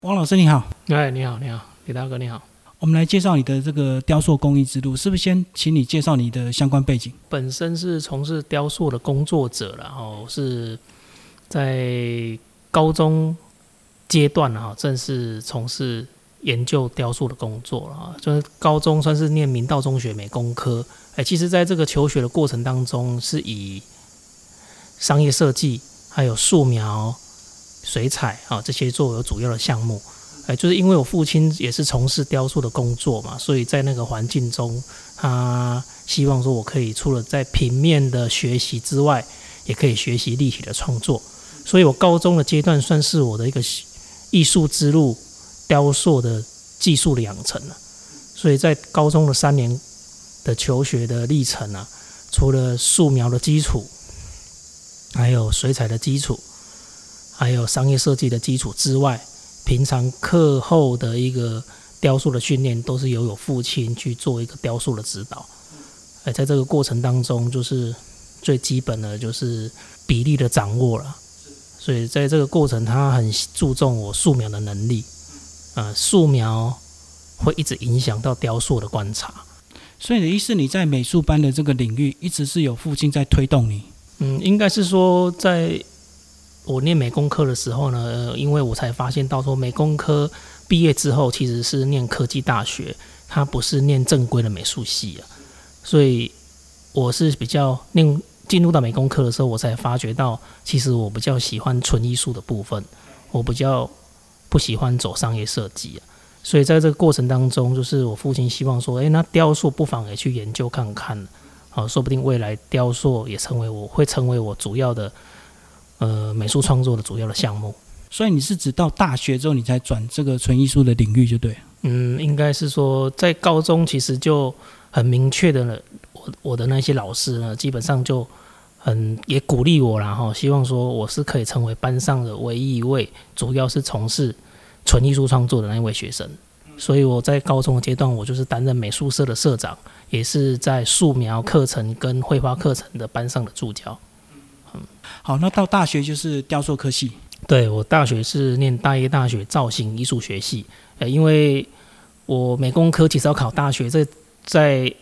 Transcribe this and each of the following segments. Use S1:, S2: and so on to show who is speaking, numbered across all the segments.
S1: 王老师你好。
S2: 哎，你好，你好，李大哥你好。
S1: 我们来介绍你的这个雕塑工艺之路，是不是先请你介绍你的相关背景？
S2: 本身是从事雕塑的工作者，然后是在高中阶段正式从事研究雕塑的工作了。就是高中算是念明道中学美工科，其实在这个求学的过程当中，是以商业设计还有素描、水彩这些作为主要的项目。就是因为我父亲也是从事雕塑的工作嘛，所以在那个环境中，他希望说我可以除了在平面的学习之外，也可以学习立体的创作。所以我高中的阶段算是我的一个艺术之路，雕塑的技术的养成了。所以在高中的3年的求学的历程除了素描的基础，还有水彩的基础，还有商业设计的基础之外，平常课后的一个雕塑的训练都是由我父亲去做一个雕塑的指导。在这个过程当中，就是最基本的就是比例的掌握了。所以在这个过程，他很注重我素描的能力。素描会一直影响到雕塑的观察。
S1: 所以你的意思，你在美术班的这个领域，一直是有父亲在推动你？
S2: 应该是说在我念美工科的时候呢，因为我才发现到说美工科毕业之后其实是念科技大学，它不是念正规的美术系所以我是比较进入到美工科的时候，我才发觉到其实我比较喜欢纯艺术的部分，我比较不喜欢走商业设计所以在这个过程当中，就是我父亲希望说，那雕塑不妨也去研究看看说不定未来雕塑也会成为我主要的美术创作的主要的项目。
S1: 所以你是直到大学之后你才转这个纯艺术的领域就对？
S2: 应该是说在高中其实就很明确的了，我的那些老师呢，基本上就也鼓励我啦希望说我是可以成为班上的唯一一位主要是从事纯艺术创作的那一位学生。所以我在高中的阶段，我就是担任美术社的社长，也是在素描课程跟绘画课程的班上的助教。
S1: 好，那到大学就是雕塑科系？
S2: 对，我大学是念大业大学造型艺术学系。因为我美工科其实要考大学，在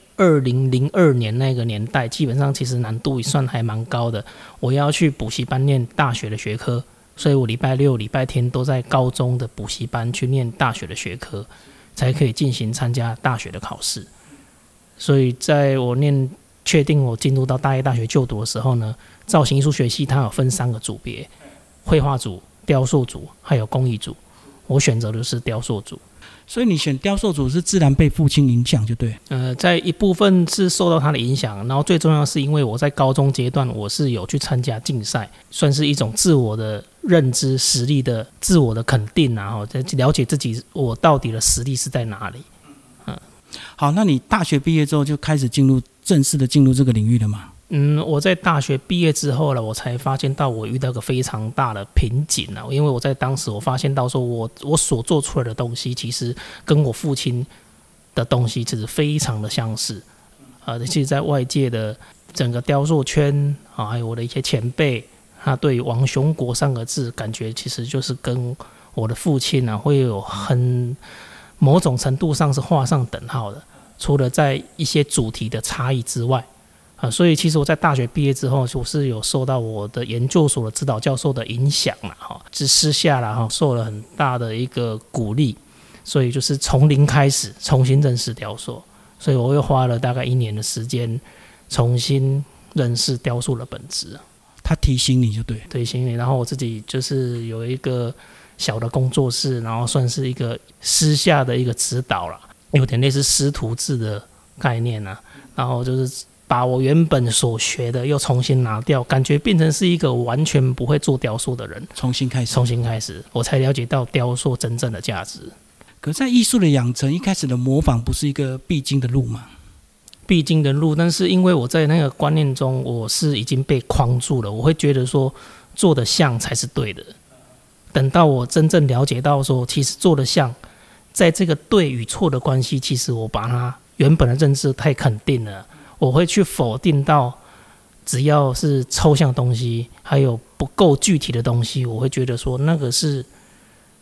S2: 2002年那个年代，基本上其实难度算还蛮高的。我要去补习班念大学的学科，所以我礼拜六、礼拜天都在高中的补习班去念大学的学科，才可以进行参加大学的考试。所以在我确定我进入到大业大学就读的时候呢，造型艺术学系它有分3个组别：绘画组、雕塑组还有工艺组。我选择的是雕塑组。
S1: 所以你选雕塑组是自然被父亲影响就对？
S2: 在一部分是受到他的影响，然后最重要的是因为我在高中阶段我是有去参加竞赛，算是一种自我的认知实力的自我的肯定了解自己我到底的实力是在哪里。
S1: 好，那你大学毕业之后就开始正式的进入这个领域了吗？
S2: 我在大学毕业之后我才发现到我遇到一个非常大的瓶颈因为我在当时我发现到说我所做出来的东西其实跟我父亲的东西其实非常的相似其实在外界的整个雕塑圈还有我的一些前辈，他对于王雄国3个字感觉其实就是跟我的父亲会有某种程度上是画上等号的，除了在一些主题的差异之外所以其实我在大学毕业之后，我是有受到我的研究所的指导教授的影响只私下受了很大的一个鼓励，所以就是从零开始重新认识雕塑。所以我又花了大概1年的时间重新认识雕塑的本质。
S1: 他提醒你就对？
S2: 提醒你，然后我自己就是有一个小的工作室，然后算是一个私下的一个指导啦，有点类似师徒制的概念然后就是把我原本所学的又重新拿掉，感觉变成是一个完全不会做雕塑的人，重新开始，我才了解到雕塑真正的价值。
S1: 可在艺术的养成，一开始的模仿不是一个必经的路吗？
S2: 必经的路，但是因为我在那个观念中，我是已经被框住了，我会觉得说做的像才是对的。等到我真正了解到说，其实做的像，在这个对与错的关系，其实我把它原本的认知太肯定了。我会去否定到只要是抽象的东西还有不够具体的东西，我会觉得说那个是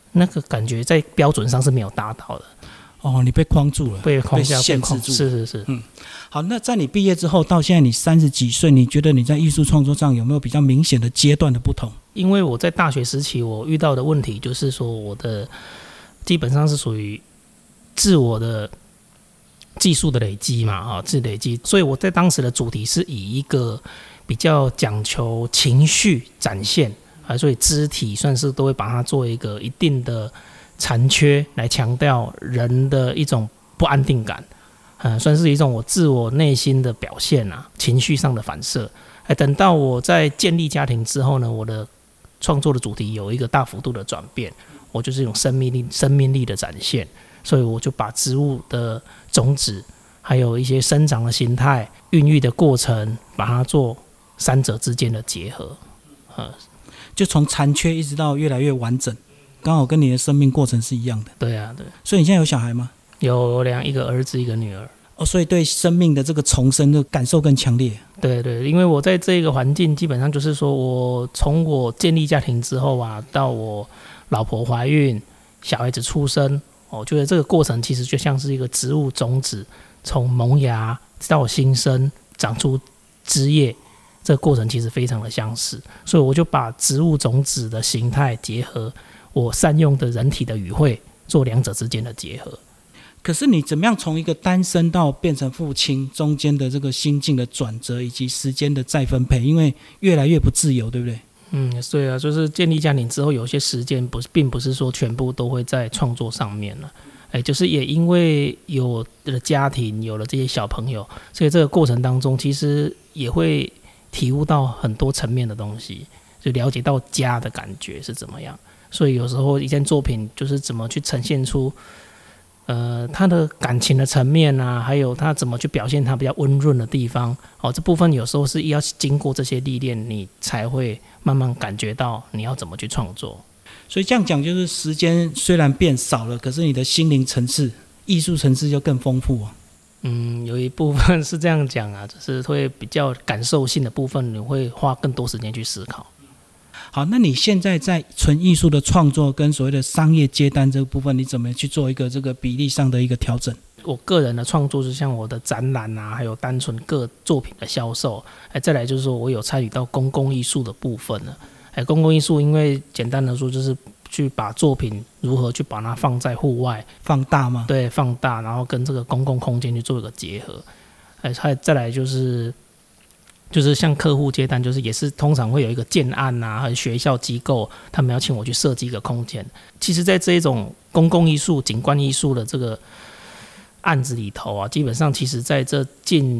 S2: 那个感觉在标准上是没有达到的。
S1: 哦，你被框住了，
S2: 被框架
S1: 限制住。
S2: 是。
S1: 好，那在你毕业之后到现在你30几岁，你觉得你在艺术创作上有没有比较明显的阶段的不同？
S2: 因为我在大学时期我遇到的问题就是说，我的基本上是属于自我的技术的累积嘛，自累积，所以我在当时的主题是以一个比较讲求情绪展现所以肢体算是都会把它做一个一定的残缺来强调人的一种不安定感，算是一种我自我内心的表现情绪上的反射。等到我在建立家庭之后呢，我的创作的主题有一个大幅度的转变，我就是一种生命力的展现，所以我就把植物的种子还有一些生长的形态、孕育的过程，把它做三者之间的结合，
S1: 就从残缺一直到越来越完整，刚好跟你的生命过程是一样的。
S2: 对啊，对。
S1: 所以你现在有小孩吗？
S2: 有一个儿子，一个女儿。
S1: 所以对生命的这个重生的感受更强烈。
S2: 对，因为我在这个环境，基本上就是说我从我建立家庭之后到我老婆怀孕、小孩子出生，我觉得这个过程其实就像是一个植物种子从萌芽到新生长出枝叶，这个过程其实非常的相似，所以我就把植物种子的形态结合我善用的人体的语汇，做两者之间的结合。
S1: 可是你怎么样从一个单身到变成父亲中间的这个心境的转折以及时间的再分配，因为越来越不自由，对不对？
S2: 对啊，就是建立家庭之后，有些时间并不是说全部都会在创作上面了。就是也因为有了家庭，有了这些小朋友，所以这个过程当中，其实也会体悟到很多层面的东西，就了解到家的感觉是怎么样。所以有时候一件作品就是怎么去呈现出他的感情的层面还有他怎么去表现他比较温润的地方这部分有时候是要经过这些历练，你才会慢慢感觉到你要怎么去创作。
S1: 所以这样讲，就是时间虽然变少了，可是你的心灵层次、艺术层次就更丰富
S2: 有一部分是这样讲就是会比较感受性的部分，你会花更多时间去思考。
S1: 好，那你现在在纯艺术的创作跟所谓的商业接单这个部分，你怎么去做一个这个比例上的一个调整？
S2: 我个人的创作是像我的展览还有单纯各作品的销售，再来就是说我有参与到公共艺术的部分了。公共艺术因为简单的说就是去把作品如何去把它放在户外
S1: 放大吗？
S2: 对，放大，然后跟这个公共空间去做一个结合。再来就是像客户接单，就是也是通常会有一个建案还有学校机构，他们要请我去设计一个空间。其实在这一种公共艺术、景观艺术的这个案子里头基本上其实在这近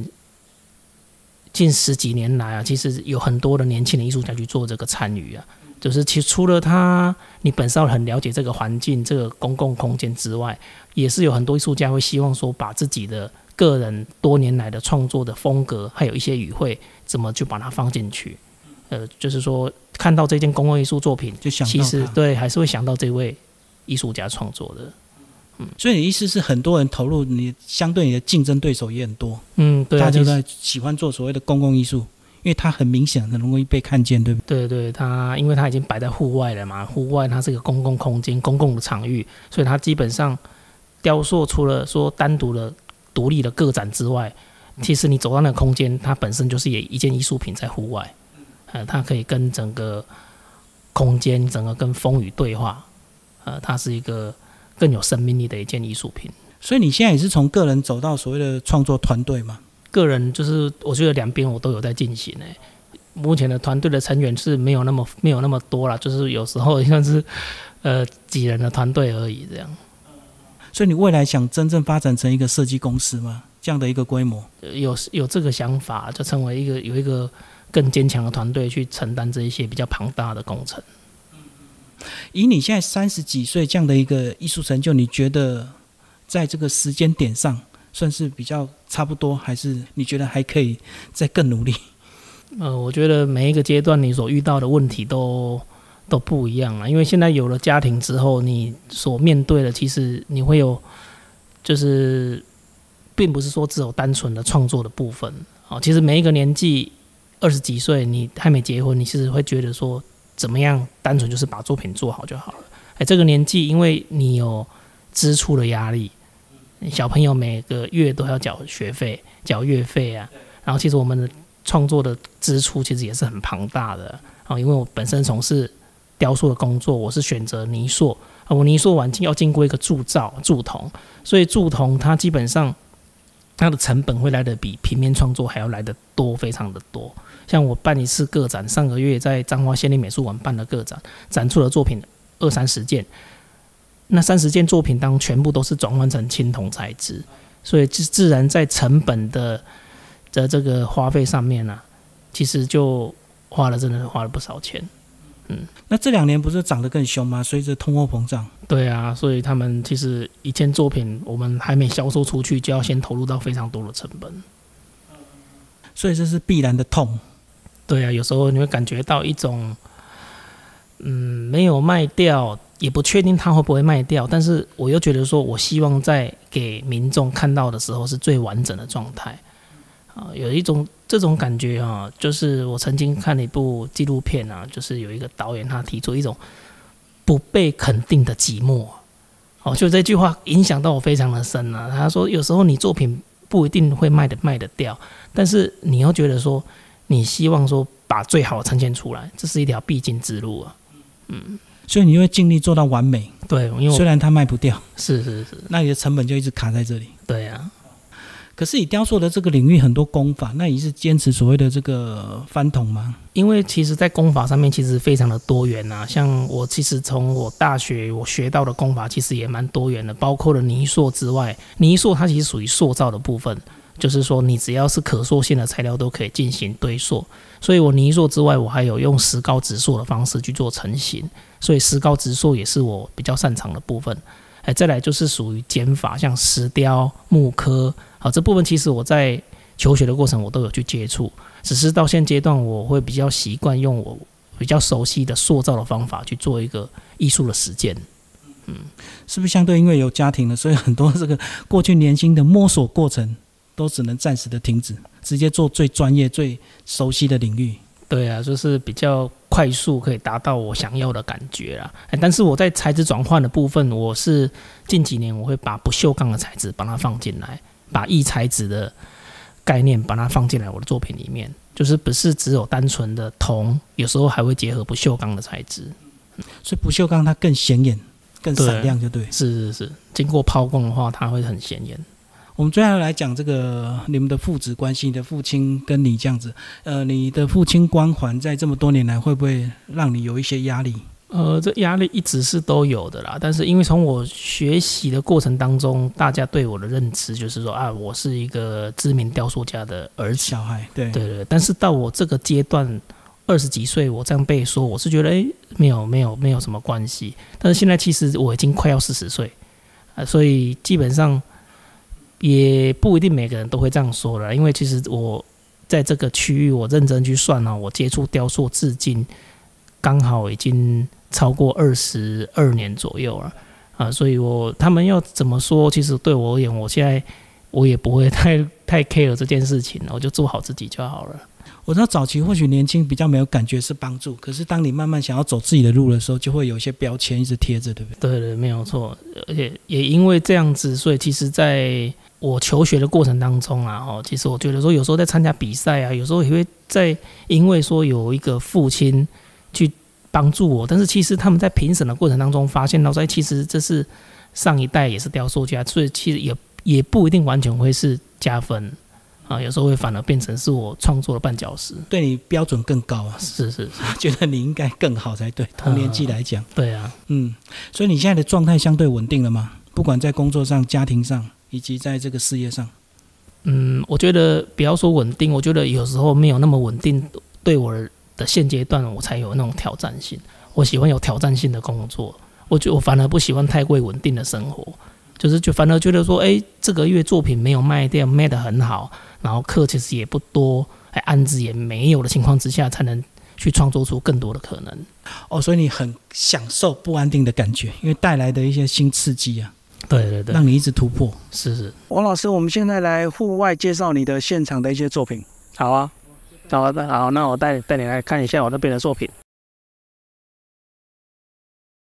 S2: 10几年来其实有很多的年轻的艺术家去做这个参与就是其实除了你本身要很了解这个环境、这个公共空间之外，也是有很多艺术家会希望说把自己的个人多年来的创作的风格还有一些语汇怎么去把它放进去。就是说看到这件公共艺术作品
S1: 就想到
S2: 其实对还是会想到这位艺术家创作的。
S1: 所以你的意思是很多人投入，你相对你的竞争对手也很多。
S2: 对
S1: 大家都在喜欢做所谓的公共艺术，因为它很明显很容易被看见，对不
S2: 对？对，因为它已经摆在户外了嘛，户外它是一个公共空间、公共的场域，所以它基本上雕塑除了说单独的独立的个展之外，其实你走到那个空间，它本身就是一件艺术品在户外，它可以跟整个空间、整个跟风雨对话，它是一个更有生命力的一件艺术品。
S1: 所以你现在也是从个人走到所谓的创作团队吗？
S2: 个人就是我觉得两边我都有在进行目前的团队的成员是没有那么多啦，就是有时候像是几人的团队而已这样。
S1: 所以你未来想真正发展成一个设计公司吗？这样的一个规模？
S2: 有这个想法，就成为有一个更坚强的团队去承担这一些比较庞大的工程。
S1: 以你现在30几岁这样的一个艺术成就，你觉得在这个时间点上算是比较差不多，还是你觉得还可以再更努力？
S2: 我觉得每一个阶段你所遇到的问题都不一样因为现在有了家庭之后，你所面对的其实你会有，就是并不是说只有单纯的创作的部分其实每一个年纪20几岁，你还没结婚，你其实会觉得说怎么样单纯就是把作品做好就好了。 这个年纪因为你有支出的压力，小朋友每个月都要缴学费、缴月费啊，然后其实我们的创作的支出其实也是很庞大的因为我本身从事雕塑的工作，我是选择泥塑，我泥塑完要经过一个铸造、铸铜，所以铸铜它基本上它的成本会来得比平面创作还要来得多，非常的多。像我办一次个展，上个月在彰化县立美术馆办的个展，展出的作品20-30件，那30件作品当全部都是转换成青铜材质，所以自然在成本的这个花费上面啊，其实就真的花了不少钱。
S1: 那这2年不是涨得更凶吗？随着通货膨胀。
S2: 对啊，所以他们其实一件作品我们还没销售出去，就要先投入到非常多的成本。
S1: 所以这是必然的痛。
S2: 对啊，有时候你会感觉到一种没有卖掉，也不确定它会不会卖掉，但是我又觉得说我希望在给民众看到的时候是最完整的状态有一种这种感觉就是我曾经看了一部纪录片就是有一个导演他提出一种不被肯定的寂寞就这句话影响到我非常的深他说有时候你作品不一定会卖得掉，但是你又觉得说你希望说把最好的呈现出来，这是一条必经之路
S1: 所以你会尽力做到完美。
S2: 对，因为
S1: 虽然它卖不掉，
S2: 是，
S1: 那你的成本就一直卡在这里。
S2: 对啊。
S1: 可是以雕塑的这个领域很多工法，那你是坚持所谓的这个翻桶吗？
S2: 因为其实在工法上面其实非常的多元像我其实从我大学我学到的工法其实也蛮多元的，包括了泥塑之外，泥塑它其实属于塑造的部分，就是说你只要是可塑性的材料都可以进行堆塑，所以我泥塑之外我还有用石膏直塑的方式去做成型，所以石膏直塑也是我比较擅长的部分。再来就是属于剪法，像石雕、木刻这部分其实我在求学的过程我都有去接触，只是到现阶段我会比较习惯用我比较熟悉的塑造的方法去做一个艺术的实践。
S1: 是不是相对因为有家庭了，所以很多这个过去年轻的摸索过程都只能暂时的停止，直接做最专业最熟悉的领域？
S2: 对啊，就是比较快速可以达到我想要的感觉啦。但是我在材质转换的部分，我是近几年我会把不锈钢的材质把它放进来，把异材质的概念把它放进来我的作品里面，就是不是只有单纯的铜，有时候还会结合不锈钢的材质。
S1: 所以不锈钢它更显眼更闪亮就对。
S2: 是，经过抛光的话它会很显眼。
S1: 我们最后来讲这个你们的父子关系，你的父亲跟你这样子，你的父亲光环在这么多年来会不会让你有一些压力？
S2: 这压力一直是都有的啦，但是因为从我学习的过程当中，大家对我的认知就是说我是一个知名雕塑家的儿子
S1: 小孩，对，
S2: 但是到我这个阶段20几岁，我这样被说，我是觉得没有什么关系。但是现在其实我已经快要40岁所以基本上也不一定每个人都会这样说了，因为其实我在这个区域我认真去算我接触雕塑至今刚好已经超过22年左右了所以他们要怎么说，其实对我而言，我现在我也不会太 care 这件事情了，我就做好自己就好了。
S1: 我知道早期或许年轻比较没有感觉是帮助，可是当你慢慢想要走自己的路的时候，就会有一些标签一直贴着，对不对？
S2: 对，没有错。而且也因为这样子，所以其实在我求学的过程当中其实我觉得说有时候在参加比赛有时候也会因为说有一个父亲去帮助我，但是其实他们在评审的过程当中发现到说其实这是上一代也是雕塑家，所以其实也不一定完全会是加分有时候会反而变成是我创作的绊脚石，
S1: 对你标准更高
S2: 是
S1: 觉得你应该更好才对，同年纪来讲
S2: 对啊
S1: 所以你现在的状态相对稳定了吗？不管在工作上、家庭上以及在这个事业上。
S2: 我觉得不要说稳定，我觉得有时候没有那么稳定，对我的现阶段我才有那种挑战性，我喜欢有挑战性的工作，我反而不喜欢太过稳定的生活，就反而觉得说这个月作品没有卖掉，卖得很好，然后课其实也不多，案子也没有的情况之下，才能去创作出更多的可能
S1: 所以你很享受不安定的感觉，因为带来的一些新刺激
S2: 对，
S1: 让你一直突破。
S2: 是
S3: 王老师，我们现在来户外介绍你的现场的一些作品。
S4: 好啊，好，那我带你来看一下我那边的作品。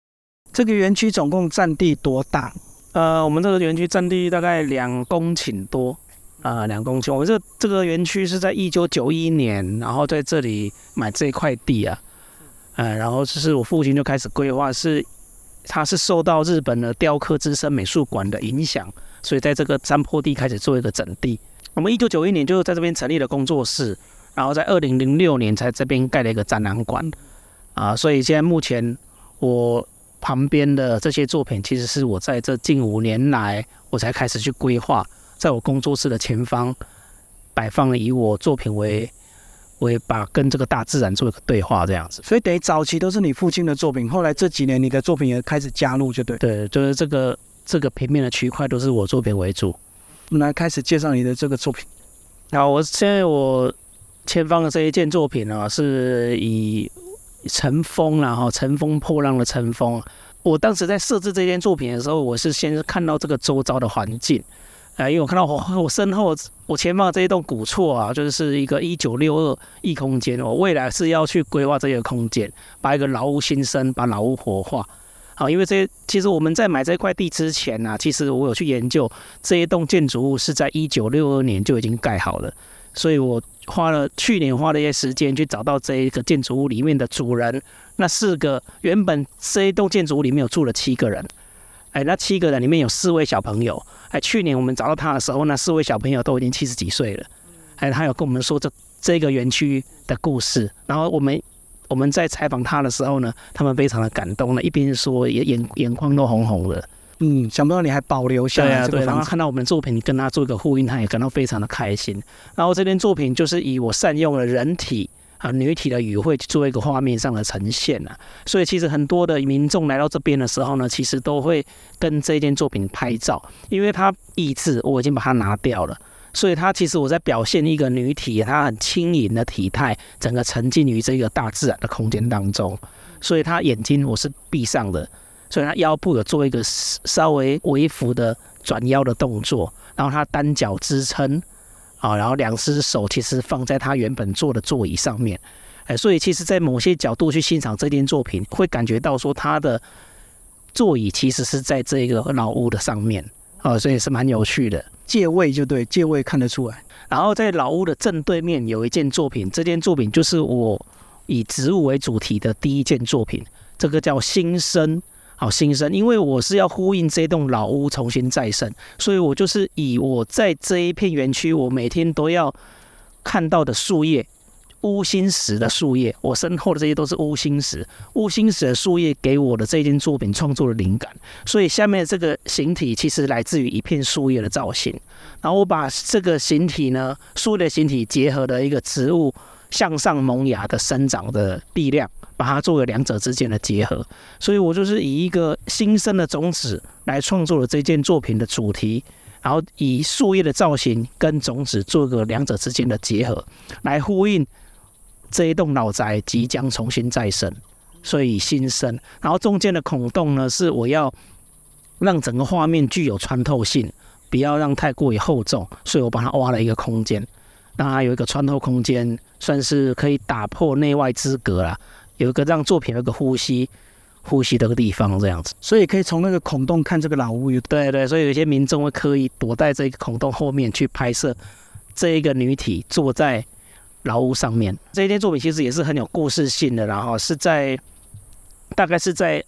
S3: 这个园区总共占地多大？
S4: 我们这个园区占地大概2公顷多，2公顷。我们这个园区是在1991年，然后在这里买这块地啊，然后就是我父亲就开始规划，他是受到日本的雕刻资深美术馆的影响，所以在这个山坡地开始做一个整地。我们1991年就在这边成立了工作室，然后在2006年才这边盖了一个展览馆所以现在目前我旁边的这些作品，其实是我在这近5年来，我才开始去规划，在我工作室的前方摆放了以我作品为把跟这个大自然做一个对话这样子。
S3: 所以等于早期都是你父亲的作品，后来这几年你的作品也开始加入，就对。
S4: 对，就是这个平面的区块都是我作品为主。
S3: 我们来开始介绍你的这个作品。
S4: 好，我前方的这一件作品呢，是以乘风乘风破浪的乘风。我当时在设置这件作品的时候，我是先看到这个周遭的环境，因为我看到我身后我前方的这一栋古厝就是一个1962异空间，我未来是要去规划这个空间，把一个老屋新生，把老屋活化。好，因为其实我们在买这块地之前其实我有去研究这一栋建筑物是在1962年就已经盖好了，所以我去年花了一些时间去找到这一个建筑物里面的主人，那原本这一栋建筑物里面有住了7个人，那7个人里面有4位小朋友，去年我们找到他的时候，那4位小朋友都已经70几岁了，他有跟我们说这个园区的故事，然后我们在采访他的时候呢，他们非常的感动了，一边说眼眶都红红的。
S3: 想不到你还保留下来这个房子。对，
S4: 然后看到我们的作品，你跟他做一个呼应，他也感到非常的开心。然后这件作品就是以我善用了人体女体的语汇去做一个画面上的呈现所以其实很多的民众来到这边的时候呢，其实都会跟这件作品拍照，因为它意志我已经把它拿掉了。所以它其实我在表现一个女体，她很轻盈的体态，整个沉浸于这个大自然的空间当中。所以她眼睛我是闭上的，所以她腰部有做一个稍微微幅的转腰的动作，然后她单脚支撑然后2只手其实放在她原本坐的座椅上面。所以其实在某些角度去欣赏这件作品，会感觉到说她的座椅其实是在这个老屋的上面所以是蛮有趣的。
S3: 借位就对，借位看得出来。
S4: 然后在老屋的正对面有一件作品，这件作品就是我以植物为主题的第一件作品，这个叫新生。新生，因为我是要呼应这栋老屋重新再生，所以我就是以我在这一片园区，我每天都要看到的树叶，乌心石的树叶，我身后的这些都是乌心石的树叶给我的这件作品创作的灵感，所以下面这个形体其实来自于一片树叶的造型，然后我把这个形体呢，树叶的形体结合了一个植物向上萌芽的生长的力量，把它作为2者之间的结合，所以我就是以一个新生的种子来创作了这件作品的主题，然后以树叶的造型跟种子做个2者之间的结合，来呼应这一栋老宅即将重新再生，所以新生。然后中间的孔洞呢，是我要让整个画面具有穿透性，不要让太过于厚重，所以我把它挖了一个空间，让它有一个穿透空间，算是可以打破内外之隔啦，有一个让作品有一个呼吸的地方这样子。
S3: 所以可以从那个孔洞看这个老屋。
S4: 对，所以有些民众会刻意躲在这个孔洞后面去拍摄这一个女体坐在老屋上面。这一件作品其实也是很有故事性的，然后大概是在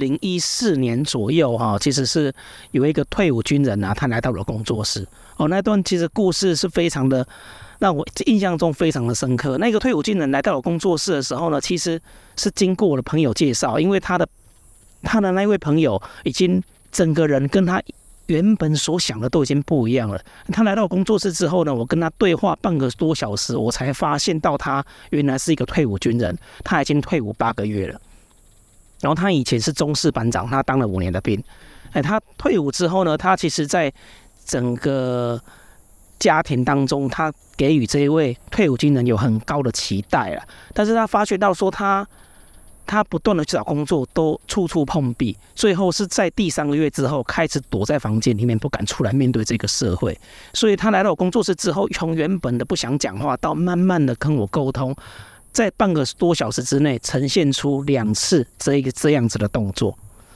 S4: 2014年左右其实是有一个退伍军人他来到了工作室那段其实故事是非常的让我印象中非常的深刻。那个退伍军人来到了工作室的时候呢，其实是经过我的朋友介绍，因为他的那位朋友已经整个人跟他原本所想的都已经不一样了。他来到工作室之后呢，我跟他对话半个多小时，我才发现到他原来是一个退伍军人，他已经退伍8个月了。然后他以前是中士班长，他当了5年的兵。他退伍之后呢，他其实在整个家庭当中，他给予这一位退伍军人有很高的期待了。但是他发觉到说他不断的去找工作，都处处碰壁，最后是在第3个月之后，开始躲在房间里面，不敢出来面对这个社会。所以他来到我工作室之后，从原本的不想讲话，到慢慢的跟我沟通，在半个多小时之内呈现出2次这样子的动作。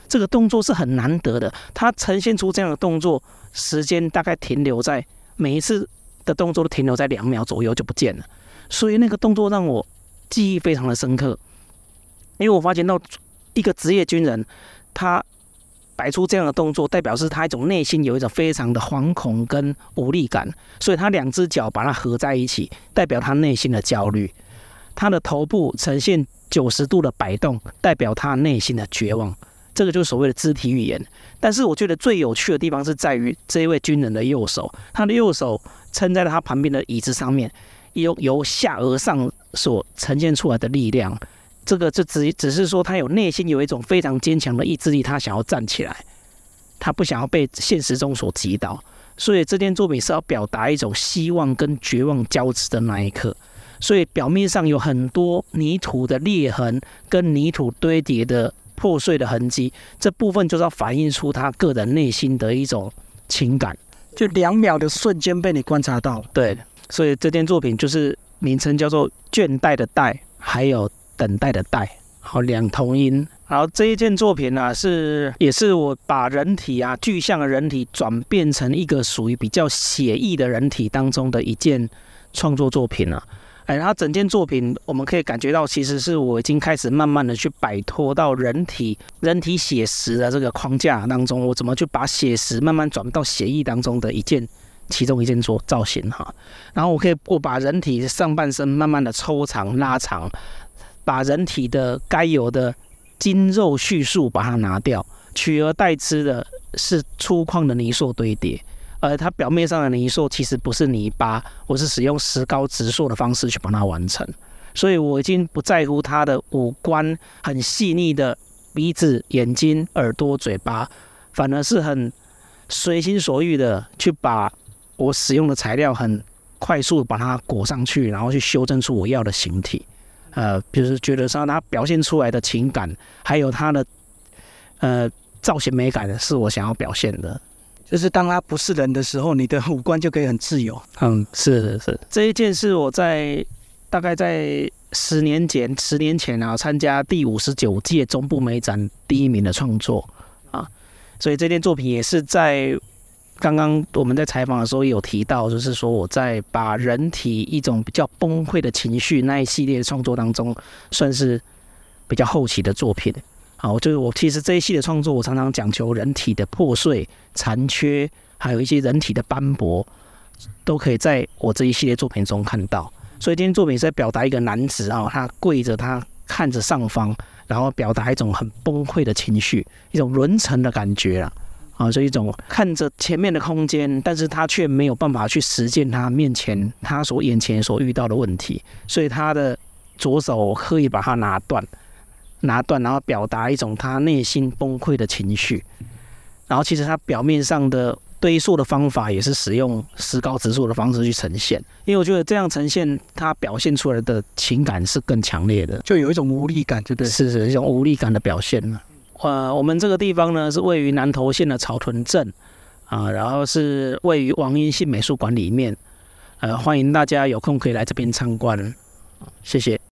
S4: 这个动作是很难得的，它呈现出这样的动作，时间大概停留在每一次的动作都停留在2秒左右就不见了，所以那个动作让我记忆非常的深刻。因为我发现到一个职业军人，他摆出这样的动作，代表是他一种内心有一种非常的惶恐跟无力感，所以他2只脚把它合在一起，代表他内心的焦虑。他的头部呈现90度的摆动，代表他内心的绝望。这个就是所谓的肢体语言。但是我觉得最有趣的地方是在于这一位军人的右手，他的右手撑在了他旁边的椅子上面，由下而上所呈现出来的力量。这个就只是说他有内心有一种非常坚强的意志力，他想要站起来，他不想要被现实中所击倒。所以这件作品是要表达一种希望跟绝望交织的那一刻。所以表面上有很多泥土的裂痕跟泥土堆叠的破碎的痕迹，这部分就是要反映出他个人内心的一种情感。
S3: 就2秒的瞬间被你观察到了。
S4: 对，所以这件作品就是名称叫做倦怠的怠，还有等待的待，好，2同音。然后这一件作品呢，也是我把人体具象的人体转变成一个属于比较写意的人体当中的一件创作作品了。然后整件作品我们可以感觉到，其实是我已经开始慢慢的去摆脱到人体写实的这个框架当中，我怎么去把写实慢慢转到写意当中的其中一件造型哈。然后我把人体上半身慢慢的抽长拉长，把人体的该有的筋肉叙述把它拿掉，取而代之的是粗犷的泥塑堆叠。它表面上的泥塑其实不是泥巴，我是使用石膏直塑的方式去把它完成，所以我已经不在乎它的五官很细腻的鼻子、眼睛、耳朵、嘴巴，反而是很随心所欲的去把我使用的材料很快速把它裹上去，然后去修正出我要的形体。就是觉得说它表现出来的情感，还有它的造型美感是我想要表现的。
S3: 就是当他不是人的时候，你的五官就可以很自由。
S4: 是。这一件是我大概在10年前参加第59届中部美展第1名的创作啊，所以这件作品也是在刚刚我们在采访的时候有提到，就是说我在把人体一种比较崩溃的情绪那一系列的创作当中，算是比较后期的作品。好，就是我其实这一系列创作，我常常讲求人体的破碎、残缺，还有一些人体的斑驳，都可以在我这一系列作品中看到。所以这件作品是在表达一个男子他跪着，他看着上方，然后表达一种很崩溃的情绪，一种沦沉的感觉啦。就一种看着前面的空间，但是他却没有办法去实践他眼前所遇到的问题，所以他的左手刻意把它拿断，然后表达一种他内心崩溃的情绪。然后其实他表面上的堆塑的方法也是使用石膏直塑的方式去呈现，因为我觉得这样呈现他表现出来的情感是更强烈的，
S3: 就有一种无力感，对不对？
S4: 是一种无力感的表现。我们这个地方呢是位于南投县的草屯镇然后是位于王英信美术馆里面，欢迎大家有空可以来这边参观，谢谢。